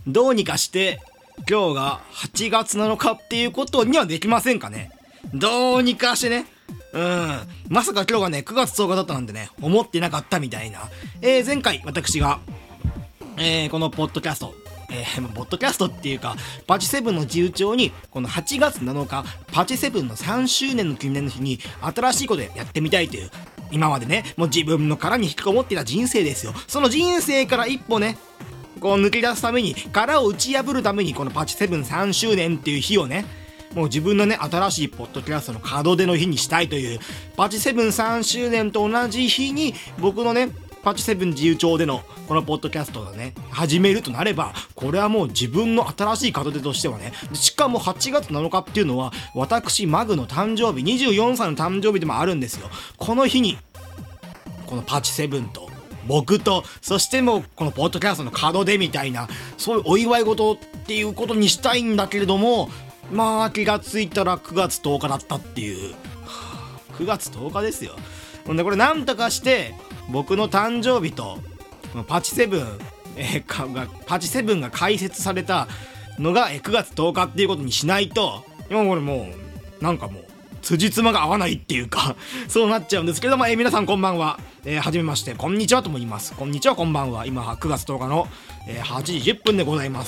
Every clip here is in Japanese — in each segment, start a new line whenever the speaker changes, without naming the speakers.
どうにかして今日が8月7日っていうことにはできませんかね。どうにかしてね。まさか今日がね9月10日だったなんてね思ってなかったみたいな。前回私が、このポッドキャストポッドキャストっていうかパチセブンの自由帳にこの8月7日パチセブンの3周年の記念の日に新しいことやってみたいという、今までねもう自分の殻に引きこもっていた人生ですよ。その人生から一歩ねこう抜け出すために、殻を打ち破るためにこのパチセブン3周年っていう日をねもう自分のね新しいポッドキャストの門出の日にしたいという、パチセブン3周年と同じ日に僕のねパチセブン自由帳でのこのポッドキャストをね始めるとなれば、これはもう自分の新しい門出としてはね、しかも8月7日っていうのは私マグの誕生日、24歳の誕生日でもあるんですよ。この日にこのパチセブンと僕と、そしてもうこのポッドキャストの門出みたいな、そういうお祝い事っていうことにしたいんだけれども、まあ気がついたら9月10日だったっていう。9月10日ですよ。でこれなんとかして僕の誕生日とパチセブン、パチセブンが開設されたのが9月10日っていうことにしないと、今これもうなんかもう辻褄が合わないっていうかそうなっちゃうんですけども、皆さんこんばんは、はじめまして、こんにちはとも言います。こんにちは、こんばんは。今9月10日の、8時10分でございます。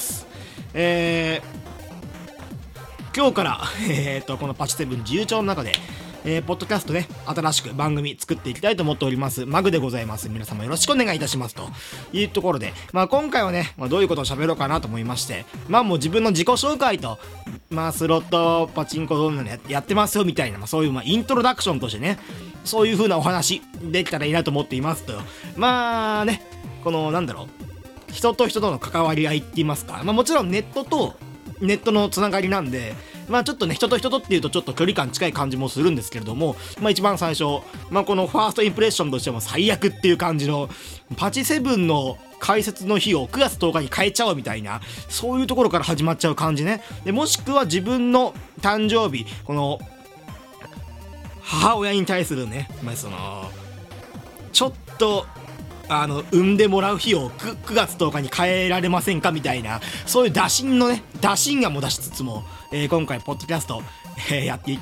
今日から、このパチセブン自由帳の中でポッドキャストね新しく番組作っていきたいと思っておりますマグでございます。皆様よろしくお願いいたしますというところで、今回はね、どういうことを喋ろうかなと思いまして、もう自分の自己紹介とスロットパチンコどんなのやってますよみたいな、そういうイントロダクションとしてね、そういう風なお話できたらいいなと思っていますと。ね、このなんだろう、人と人との関わり合いって言いますか、もちろんネットのつながりなんで、ちょっとね人と人とっていうとちょっと距離感近い感じもするんですけれども、一番最初、このファーストインプレッションとしても最悪っていう感じのパチセブンの開設の日を9月10日に変えちゃおうみたいな、そういうところから始まっちゃう感じね。でもしくは自分の誕生日、この母親に対するね、そのちょっと産んでもらう日を 9月10日に変えられませんかみたいな、そういう打診がも出しつつも、今回ポッドキャスト、やって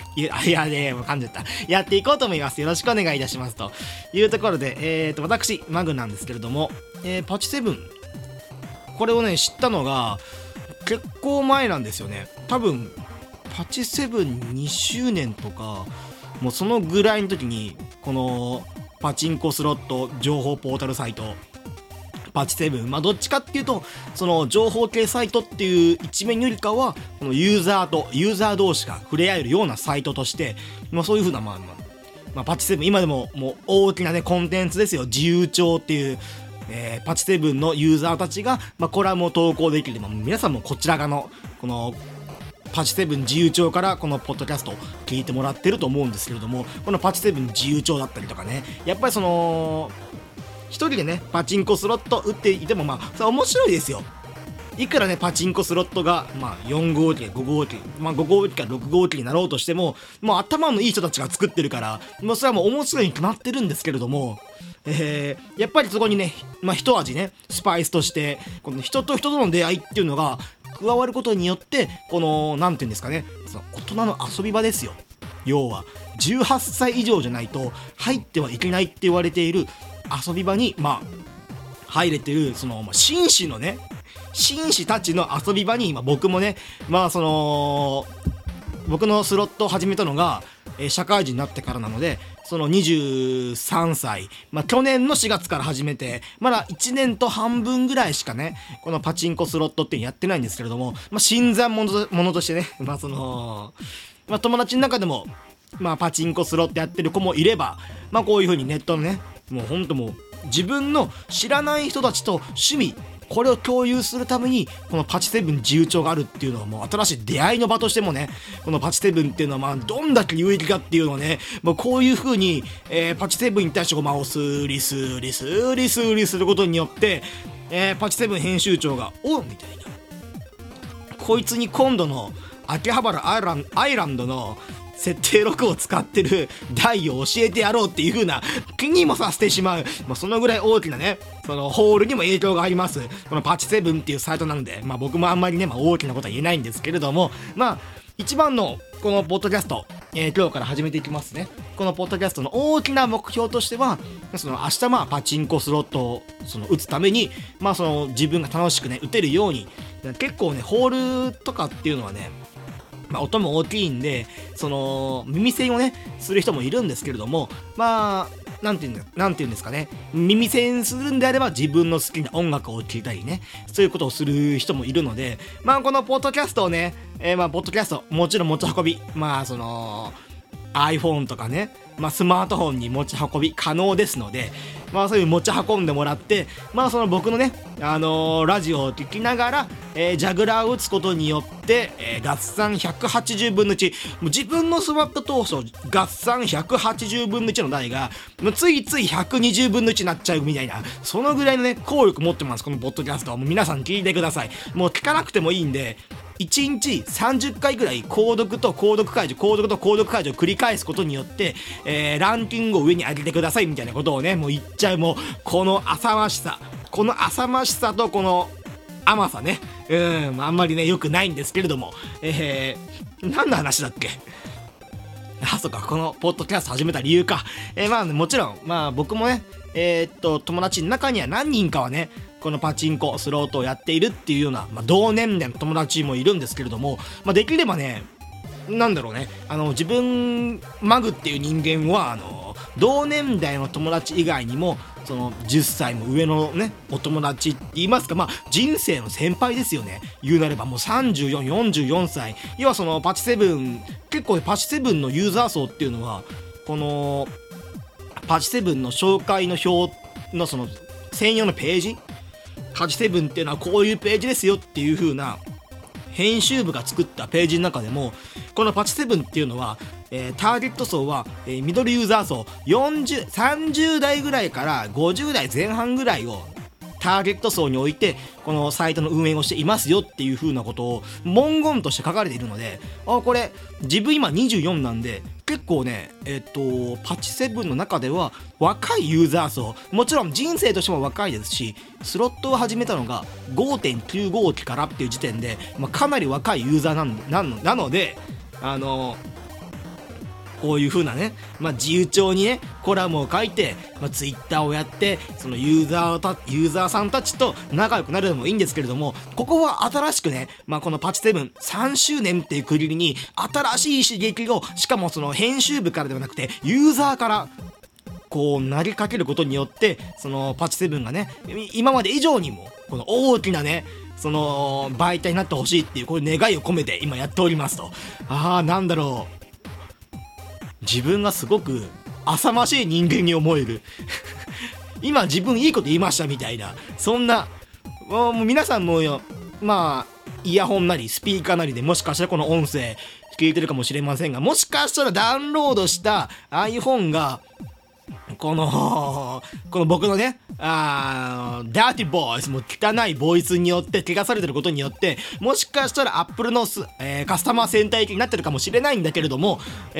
いこうと思います。よろしくお願いいたしますというところで、私マグなんですけれども、パチセブンこれをね知ったのが結構前なんですよね。多分パチセブン2周年とかもうそのぐらいの時に、このパチンコスロット情報ポータルサイトパチセブン、どっちかっていうとその情報系サイトっていう一面よりかは、このユーザー同士が触れ合えるようなサイトとして、そういう風なパチセブン今でももう大きなねコンテンツですよ。自由帳っていう、パチセブンのユーザーたちが、コラムを投稿できる。皆さんもこちら側のこのパチセブン自由帳からこのポッドキャストを聞いてもらってると思うんですけれども、このパチセブン自由帳だったりとかね、やっぱりその一人でねパチンコスロット打っていてもそれ面白いですよ。いくらねパチンコスロットが4号機5号機5号機から6号機になろうとしても、もう頭のいい人たちが作ってるから、それはもう面白いに決まってるんですけれども、やっぱりそこにね一味ねスパイスとしてこの人と人との出会いっていうのが加わることによって、このなんていうんですかね、その大人の遊び場ですよ。要は18歳以上じゃないと入ってはいけないって言われている遊び場に入れてる、その紳士たちの遊び場に今僕もねその僕のスロットを始めたのが、社会人になってからなので、その23歳、去年の4月から始めてまだ1年と半分ぐらいしかねこのパチンコスロットってやってないんですけれども、新参者としてねその友達の中でもパチンコスロットやってる子もいれば、こういう風にネットのねもうほんともう自分の知らない人たちと趣味これを共有するためにこのパチセブン自由帳があるっていうのは、もう新しい出会いの場としてもね、このパチセブンっていうのはどんだけ有益かっていうのをね、もうこういう風に、パチセブンに対してをスーリスーリスーリスーリすることによって、パチセブン編集長がおみたいな、こいつに今度の秋葉原アイランドの設定録を使ってる台を教えてやろうっていう風な気にもさせてしまう、そのぐらい大きなね、そのホールにも影響があります。このパチセブンっていうサイトなので、僕もあんまりね、大きなことは言えないんですけれども、一番のこのポッドキャスト、今日から始めていきますね。このポッドキャストの大きな目標としては、その明日パチンコスロットを打つために、その自分が楽しくね打てるように、結構ねホールとかっていうのはね、音も大きいんで、その耳栓をねする人もいるんですけれども、なんていうんですかね、耳栓するんであれば自分の好きな音楽を聴いたりね、そういうことをする人もいるので、このポッドキャストをね、ポッドキャストもちろん持ち運び、その iPhone とかね、スマートフォンに持ち運び可能ですので、そういう持ち運んでもらって、その僕のね、ラジオを聞きながら、ジャグラーを打つことによって、合算180分の1、自分の座った当初合算180分の1の台がついつい120分の1になっちゃうみたいな、そのぐらいのね効力持ってます。このポッドキャストはもう皆さん聞いてください。もう聞かなくてもいいんで、1日30回ぐらい購読と購読解除を繰り返すことによって、ランキングを上に上げてくださいみたいなことをねもう言っちゃう。もうこの浅ましさとこの甘さね、あんまりね良くないんですけれども、何の話だっけ。そうか、このポッドキャスト始めた理由か。もちろん僕もね友達の中には何人かはねこのパチンコスロートをやっているっていうような、同年代の友達もいるんですけれども、できればね、なんだろうね、自分マグっていう人間は同年代の友達以外にもその10歳も上のねお友達って言いますか、人生の先輩ですよね。言うなればもう34、44歳、要はそのパチセブン、結構パチセブンのユーザー層っていうのはこのパチセブンの紹介の表のその専用のページ、パチセブンっていうのはこういうページですよっていう風な編集部が作ったページの中でも、このパチセブンっていうのは、ターゲット層は、ミドルユーザー層30代ぐらいから50代前半ぐらいをターゲット層に置いてこのサイトの運営をしていますよっていう風なことを文言として書かれているので、これ自分今24なんで結構ねパチセブンの中では若いユーザー層、もちろん人生としても若いですし、スロットを始めたのが 5.95 期からっていう時点で、かなり若いユーザーなのでこういう風なね、自由帳にねコラムを書いて、ツイッターをやってそのユーザーさんたちと仲良くなるのもいいんですけれども、ここは新しくね、このパチセブン3周年っていう区切りに新しい刺激を、しかもその編集部からではなくてユーザーからこう投げかけることによって、そのパチセブンがね今まで以上にもこの大きなねその媒体になってほしいっていうこういう願いを込めて今やっておりますと。なんだろう、自分がすごく浅ましい人間に思える今自分いいこと言いましたみたいな、そんなもう皆さんもイヤホンなりスピーカーなりでもしかしたらこの音声聞いてるかもしれませんが、もしかしたらダウンロードした iPhone がこの僕のねダーティーボイス、もう汚いボイスによって汚されてることによって、もしかしたら Apple のカスタマーセンター行きになってるかもしれないんだけれども、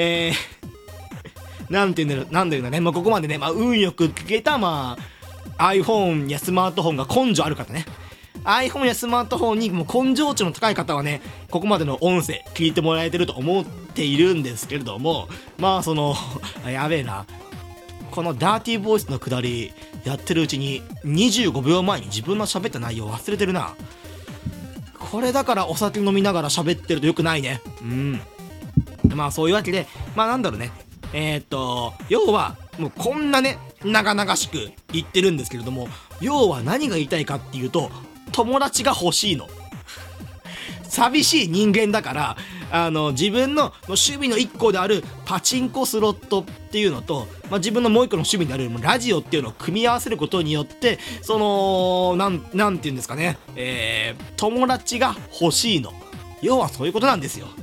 なんていうんだろうね、ここまでね、運よく聞けたiPhone やスマートフォンが根性ある方ね、iPhone やスマートフォンにもう根性値の高い方はね、ここまでの音声聞いてもらえてると思っているんですけれども、そのやべえな、このダーティーボイスのくだりやってるうちに25秒前に自分の喋った内容忘れてるな。これだからお酒飲みながら喋ってるとよくないね。そういうわけでなんだろうね、要はもうこんなね長々しく言ってるんですけれども、要は何が言いたいかっていうと、友達が欲しいの。寂しい人間だから自分の趣味の一個であるパチンコスロットっていうのと、自分のもう一個の趣味であるラジオっていうのを組み合わせることによって、そのなんていうんですかね、友達が欲しいの、要はそういうことなんですよ。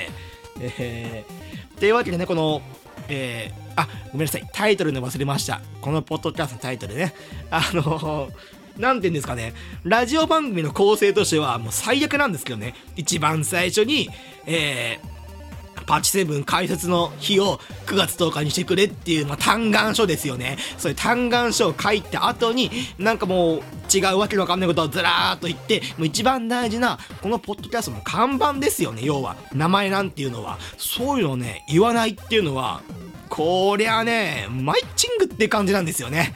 というわけでね、このごめんなさい、タイトルで忘れました。このポッドキャストのタイトルね、なんていうんですかね、ラジオ番組の構成としてはもう最悪なんですけどね、一番最初にパチセブン開設の日を9月10日にしてくれっていう、嘆願書ですよね。そういう嘆願書を書いた後に、なんかもう違うわけのわかんないことをずらーっと言って、もう一番大事な、このポッドキャストの看板ですよね、要は。名前なんていうのは。そういうのをね、言わないっていうのは、こりゃね、マイチングって感じなんですよね。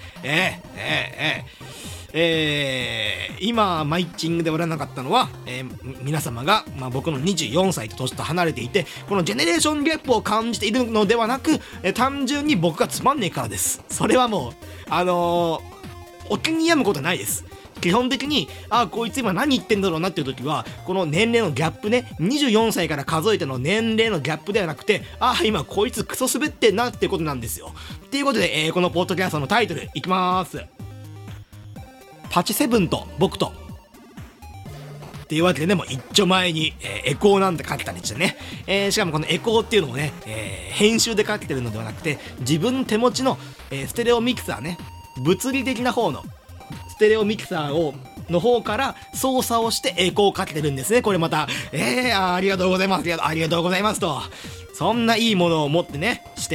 今マイチングでおらなかったのは、皆様が、僕の24歳と年と離れていて、このジェネレーションギャップを感じているのではなく、単純に僕がつまんねえからです。それはもうお気に病むことはないです。基本的にこいつ今何言ってんだろうなっていう時は、この年齢のギャップね、24歳から数えての年齢のギャップではなくて、今こいつクソ滑ってんなってことなんですよ。っていうことで、このポッドキャストのタイトルいきまーす。パチセブンと僕とっていうわけでね、もう一丁前に、エコーなんて書けたりしてね、しかもこのエコーっていうのもね、編集で書けてるのではなくて、自分の手持ちの、ステレオミキサーね、物理的な方のステレオミキサーの方から操作をしてエコーをかけてるんですね。これまたありがとうございます、ありがとうございますと、そんないいものを持ってねして、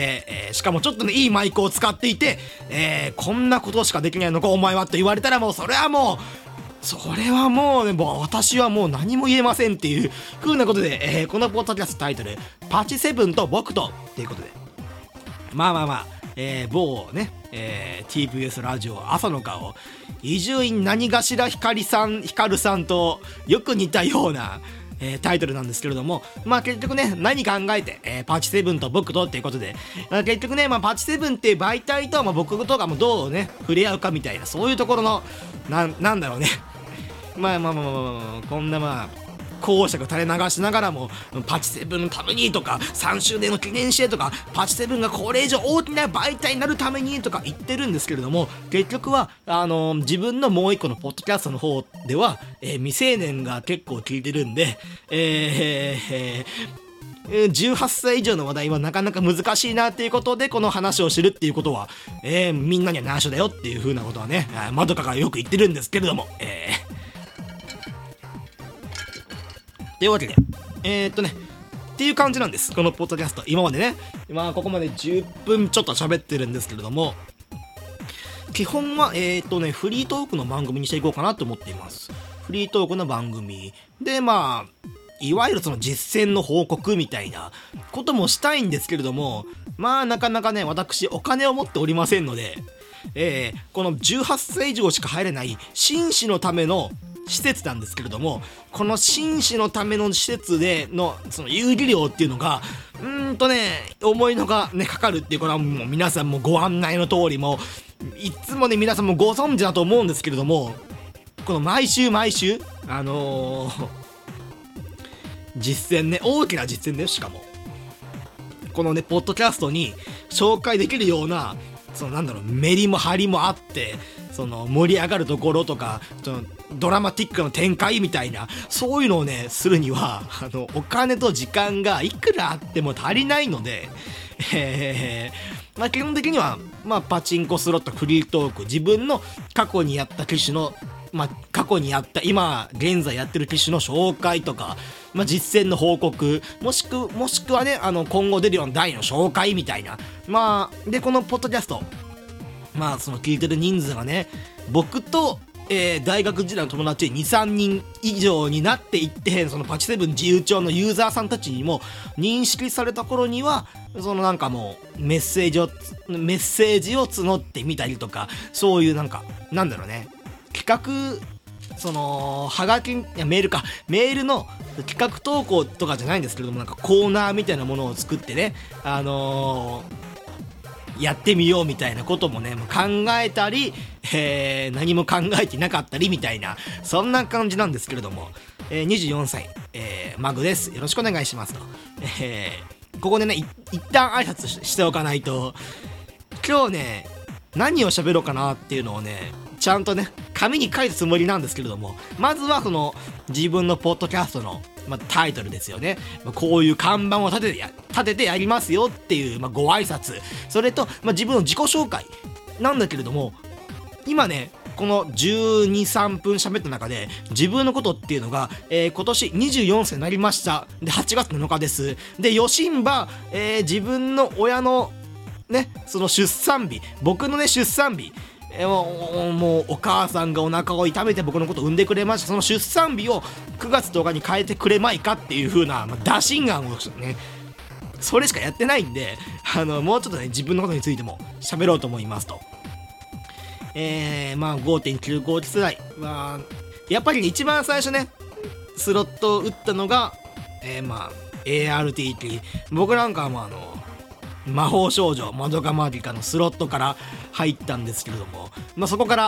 しかもちょっとねいいマイクを使っていて、こんなことしかできないのかお前はと言われたら、もうそれはもうね、もう私はもう何も言えませんっていう風なことで、このポッドキャストタイトルパチセブンと僕とっていうことで、某ね、TBS ラジオ朝の顔伊集院何がしらひかるさんとよく似たような、タイトルなんですけれども、結局ね何考えて、パチセブンと僕とっていうことで、結局ね、パチセブンっていう媒体と、僕とかもどうね触れ合うかみたいな、そういうところのなんだろうねこんな公爵垂れ流しながらもパチセブンのためにとか3周年の記念してとかパチセブンがこれ以上大きな媒体になるためにとか言ってるんですけれども、結局は自分のもう一個のポッドキャストの方では、未成年が結構聞いてるんで、18歳以上の話題はなかなか難しいなっていうことでこの話を知るっていうことは、みんなには内緒だよっていう風なことはね、まどかがよく言ってるんですけれども、というわけでっていう感じなんです、このポッドキャスト。今までねここまで10分ちょっと喋ってるんですけれども、基本はフリートークの番組にしていこうかなと思っています。フリートークの番組でいわゆるその実践の報告みたいなこともしたいんですけれども、なかなかね私お金を持っておりませんので、この18歳以上しか入れない紳士のための施設なんですけれども、この紳士のための施設でのその遊戯料っていうのが重いのがねかかるっていう、これはもう皆さんもご案内の通りもいつもね皆さんもご存知だと思うんですけれども、この毎週実践ね、大きな実践だよ。しかもこのねポッドキャストに紹介できるようなメリもハリもあって、その盛り上がるところとかドラマティックな展開みたいな、そういうのをねするにはお金と時間がいくらあっても足りないので、基本的にはパチンコスロットフリートーク、自分の過去にやった機種の過去にやった今現在やってる機種の紹介とか、実践の報告、もしくはね今後出るような台の紹介みたいな、でこのポッドキャストその聞いてる人数がね僕と、大学時代の友達 2,3 人以上になっていって、そのパチセブン自由帳のユーザーさんたちにも認識された頃には、そのもうメッセージを募ってみたりとか、そういうなんだろうね、企画はがきメールの企画投稿とかじゃないんですけれども、コーナーみたいなものを作ってねやってみようみたいなこともね考えたり、何も考えていなかったりみたいな、そんな感じなんですけれども、24歳、マグです、よろしくお願いしますと、ここでね一旦挨拶しておかないと、今日ね何を喋ろうかなっていうのをねちゃんとね紙に書いたつもりなんですけれども、まずはその自分のポッドキャストの、タイトルですよね。こういう看板を立ててやりますよっていう、ご挨拶、それと、自分の自己紹介なんだけれども、今ねこの12、3分喋った中で自分のことっていうのが、今年24歳になりました。で、8月7日です。で、よしんば、自分の親のね、その出産日、僕のね、出産日、もうお母さんがお腹を痛めて僕のことを産んでくれました。その出産日を9月10日に変えてくれまいかっていう風な、打診案をね、それしかやってないんで、もうちょっとね、自分のことについても喋ろうと思いますと。5.95 世代、やっぱり一番最初ね、スロットを打ったのが、ARTT。僕なんかは魔法少女マドカマギカのスロットから入ったんですけれども、そこから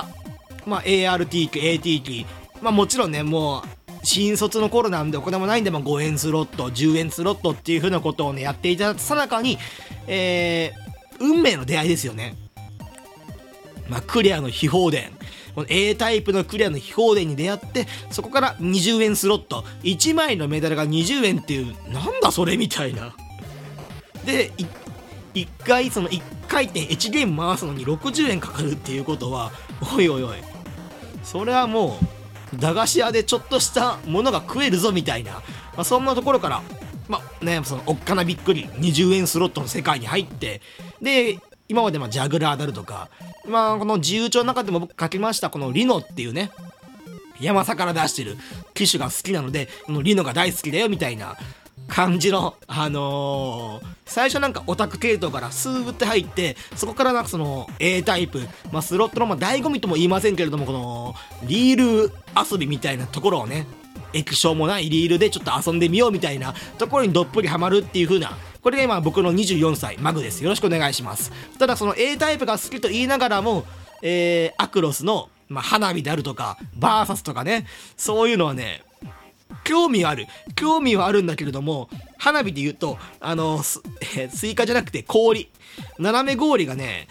、ART、ATT、もちろんね、もう新卒の頃なんでお金もないんで、5円スロット、10円スロットっていう風なことをね、やっていただいたさなかに、運命の出会いですよね。クリアの秘宝伝、この A タイプのクリアの秘宝伝に出会って、そこから20円スロット、1枚のメダルが20円っていう、なんだそれみたいな。で、1回その1回転1ゲーム回すのに60円かかるっていうことは、おいおいおい、それはもう駄菓子屋でちょっとしたものが食えるぞみたいな、そんなところからそのおっかなびっくり20円スロットの世界に入って、で今までジャグラーダルとか、この自由帳の中でも僕書きましたこのリノっていうね、ヤマサから出してる機種が好きなので、このリノが大好きだよみたいな感じの最初なんかオタク系統からスーって入って、そこからなんかその A タイプ、スロットの醍醐味とも言いませんけれども、このリール遊びみたいなところをね、液晶もないリールでちょっと遊んでみようみたいなところにどっぷりハマるっていう風な、これが今僕の24歳マグです。よろしくお願いします。ただその A タイプが好きと言いながらも、アクロスの、花火であるとかバーサスとかね、そういうのはね、興味はあるんだけれども、花火で言うとスイカじゃなくて氷、斜め氷がね、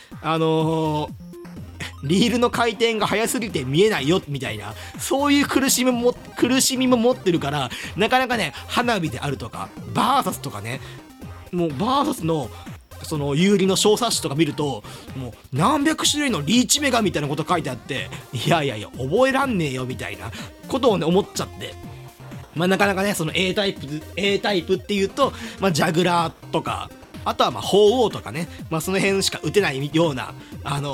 リールの回転が速すぎて見えないよみたいな、そういう苦しみも持ってるから、なかなかね、花火であるとかバーサスとかね、もうバーサスのその有利の小冊子とか見ると、もう何百種類のリーチメガみたいなこと書いてあって、いや覚えらんねえよみたいなことをね思っちゃって、なかなかね、その A タイプっていうと、ジャグラーとか、あとは鳳凰とかね、その辺しか打てないような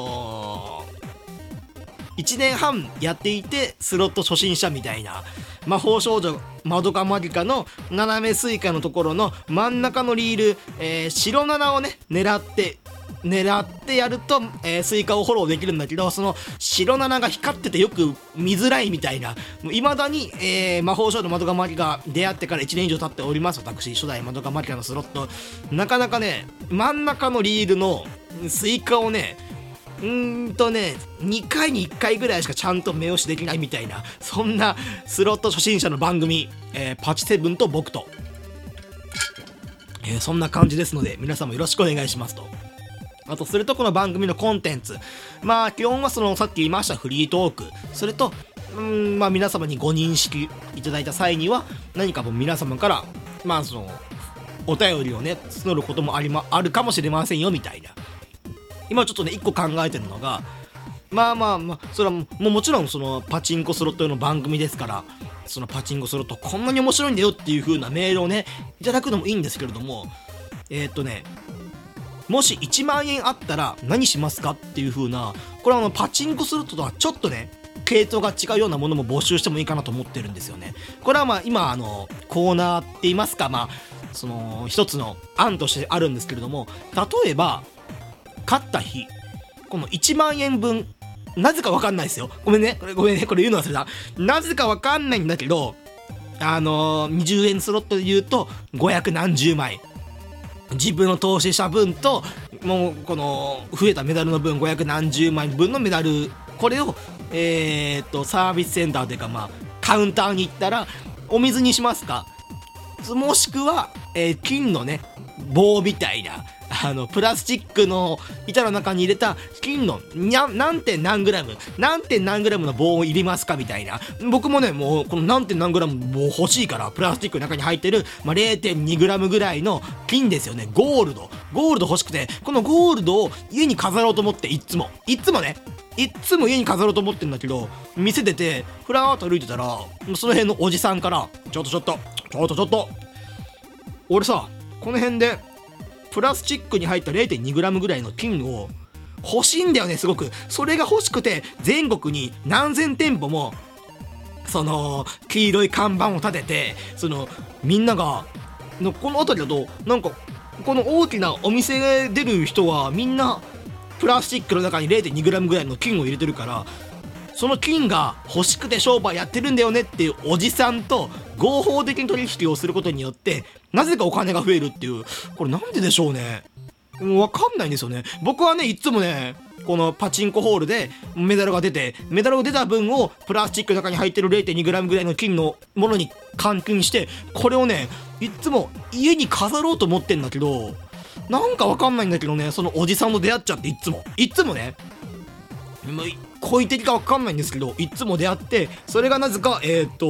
1年半やっていてスロット初心者みたいな、魔法少女マドカマギカの斜めスイカのところの真ん中のリール、白7をね狙ってやると、スイカをフォローできるんだけど、その白7が光っててよく見づらいみたいな、いまだに、魔法少女マドカマギカ出会ってから1年以上経っております。私初代マドカマギカのスロット、なかなかね、真ん中のリールのスイカをね、2回に1回ぐらいしかちゃんと目押しできないみたいな、そんなスロット初心者の番組、パチセブンと僕と、そんな感じですので、皆さんもよろしくお願いしますと。あと、それとこの番組のコンテンツ、基本はそのさっき言いましたフリートーク、それと皆様にご認識いただいた際には、何かも皆様からそのお便りをね募ることもあるかもしれませんよみたいな。今ちょっとね1個考えてるのが、それはもちろんそのパチンコスロット用の番組ですから、そのパチンコスロットこんなに面白いんだよっていう風なメールをねいただくのもいいんですけれども、もし1万円あったら何しますかっていう風な、これはパチンコスロットとはちょっとね系統が違うようなものも募集してもいいかなと思ってるんですよね。これは今コーナーって言いますか、その一つの案としてあるんですけれども、例えば勝った日、この1万円分、なぜか分かんないですよ、ごめんねこれ言うの忘れた、なぜか分かんないんだけど、20円スロットで言うと500何十枚、自分の投資した分と、もうこの増えたメダルの分500何十枚分のメダル、これをサービスセンターというかカウンターに行ったらお水にしますか、もしくは、金のね棒みたいなプラスチックの板の中に入れた金の何点何グラムの棒を入れますかみたいな。僕もねもうこの何点何グラム棒欲しいから、プラスチックの中に入ってる、0.2 グラムぐらいの金ですよね、ゴールド欲しくて、このゴールドを家に飾ろうと思って、いつもねいっつも家に飾ろうと思ってんだけど、店出てふらーっと歩いてたら、その辺のおじさんから「ちょっと俺さ、この辺でプラスチックに入った 0.2g ぐらいの金を欲しいんだよね、すごく。それが欲しくて全国に何千店舗もその黄色い看板を立てて、そのみんながこの辺りだとなんかこの大きなお店出る人はみんなプラスチックの中に 0.2g ぐらいの金を入れてるから、その金が欲しくて商売やってるんだよねっていうおじさんと合法的に取引をすることによってなぜかお金が増えるっていう、これなんででしょうね。わかんないんですよね。僕はね、いつもね、このパチンコホールでメダルが出た分をプラスチックの中に入ってる 0.2g ぐらいの金のものに換金して、これをね、いつも家に飾ろうと思ってんだけど、なんかわかんないんだけどね、そのおじさんと出会っちゃって、いつもね、恋的かわかんないんですけど、いつも出会って、それがなぜか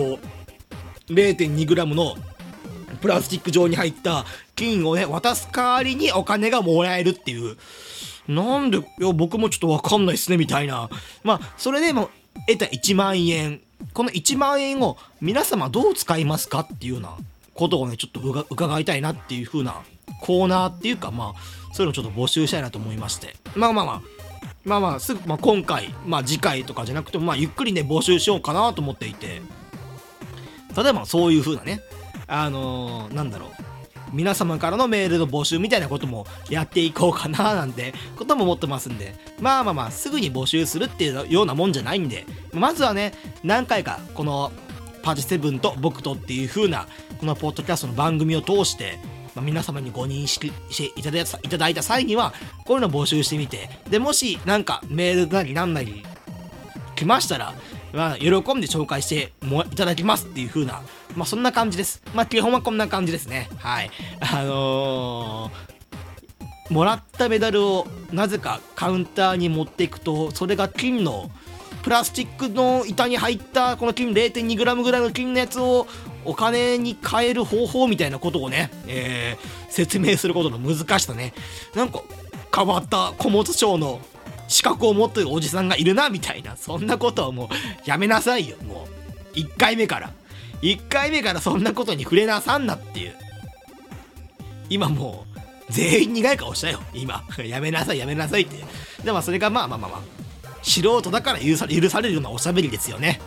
0.2g のプラスチック状に入った金をね渡す代わりにお金がもらえるっていう、なんで、いや僕もちょっとわかんないっすねみたいな。まあそれでも得た1万円、この1万円を皆様どう使いますかっていうようなことをねちょっと伺いたいなっていう風なコーナーっていうか、まあそういうのをちょっと募集したいなと思いまして、すぐ、今回、次回とかじゃなくても、ゆっくりね募集しようかなと思っていて、例えばそういう風なね、なんだろう、皆様からのメールの募集みたいなこともやっていこうかななんてことも思ってますんで、すぐに募集するっていうようなもんじゃないんで、まずはね何回かこのパチセブンと僕とっていう風なこのポッドキャストの番組を通して、皆様にご認識していただいた際にはこういうのを募集してみて、でもしなんかメールなりなんなり来ましたら、喜んで紹介していただきますっていう風な、そんな感じです。基本はこんな感じですね。はい。もらったメダルをなぜかカウンターに持っていくと、それが金のプラスチックの板に入ったこの金 0.2g ぐらいの金のやつをお金に変える方法みたいなことをね、説明することの難しさね。なんか変わった古物商の資格を持ってるおじさんがいるなみたいな、そんなことはもうやめなさいよ。もう1回目からそんなことに触れなさんなっていう。今もう全員苦い顔したよ今やめなさいっていう。でそれが素人だから許されるようなおしゃべりですよね。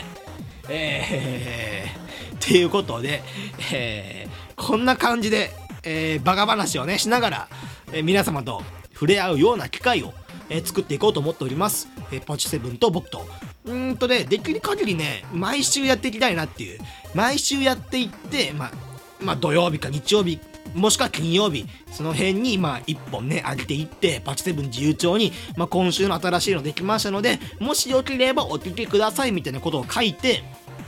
っていうことで、こんな感じで、バカ話をねしながら、皆様と触れ合うような機会を作っていこうと思っております。パチセブンと僕とできる限りね毎週やっていきたいなっていう。毎週やっていって、土曜日か日曜日もしくは金曜日、その辺に一本ね上げていって、パチセブン自由帳に、今週の新しいのできましたので、もしよければお聞きくださいみたいなことを書いて、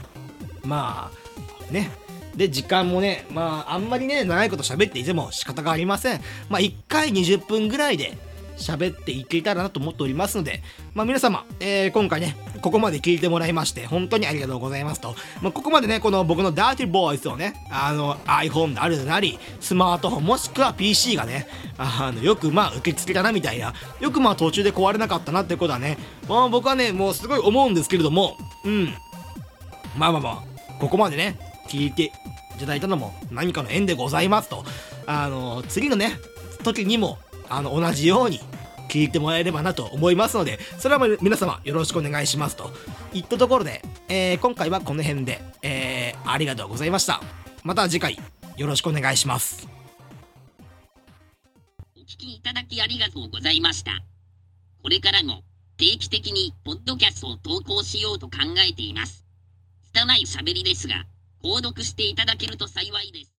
ね、で時間もねあんまりね長いこと喋っていても仕方がありません。1回20分ぐらいで喋っていけたらなと思っておりますので、皆様、今回ねここまで聞いてもらいまして本当にありがとうございますと。ここまでねこの僕のダーティーボイスをねiPhone であるなりスマートフォンもしくは PC がねよく受け付けたなみたいな、よく途中で壊れなかったなってことはね、僕はねもうすごい思うんですけれども、ここまでね聞いていただいたのも何かの縁でございますと。次のね時にも同じように聞いてもらえればなと思いますので、それは皆様よろしくお願いしますといったところで、今回はこの辺で、ありがとうございました。また次回よろしくお願いします。
お聞きいただきありがとうございました。これからも定期的にポッドキャストを投稿しようと考えています。拙い喋りですが購読していただけると幸いです。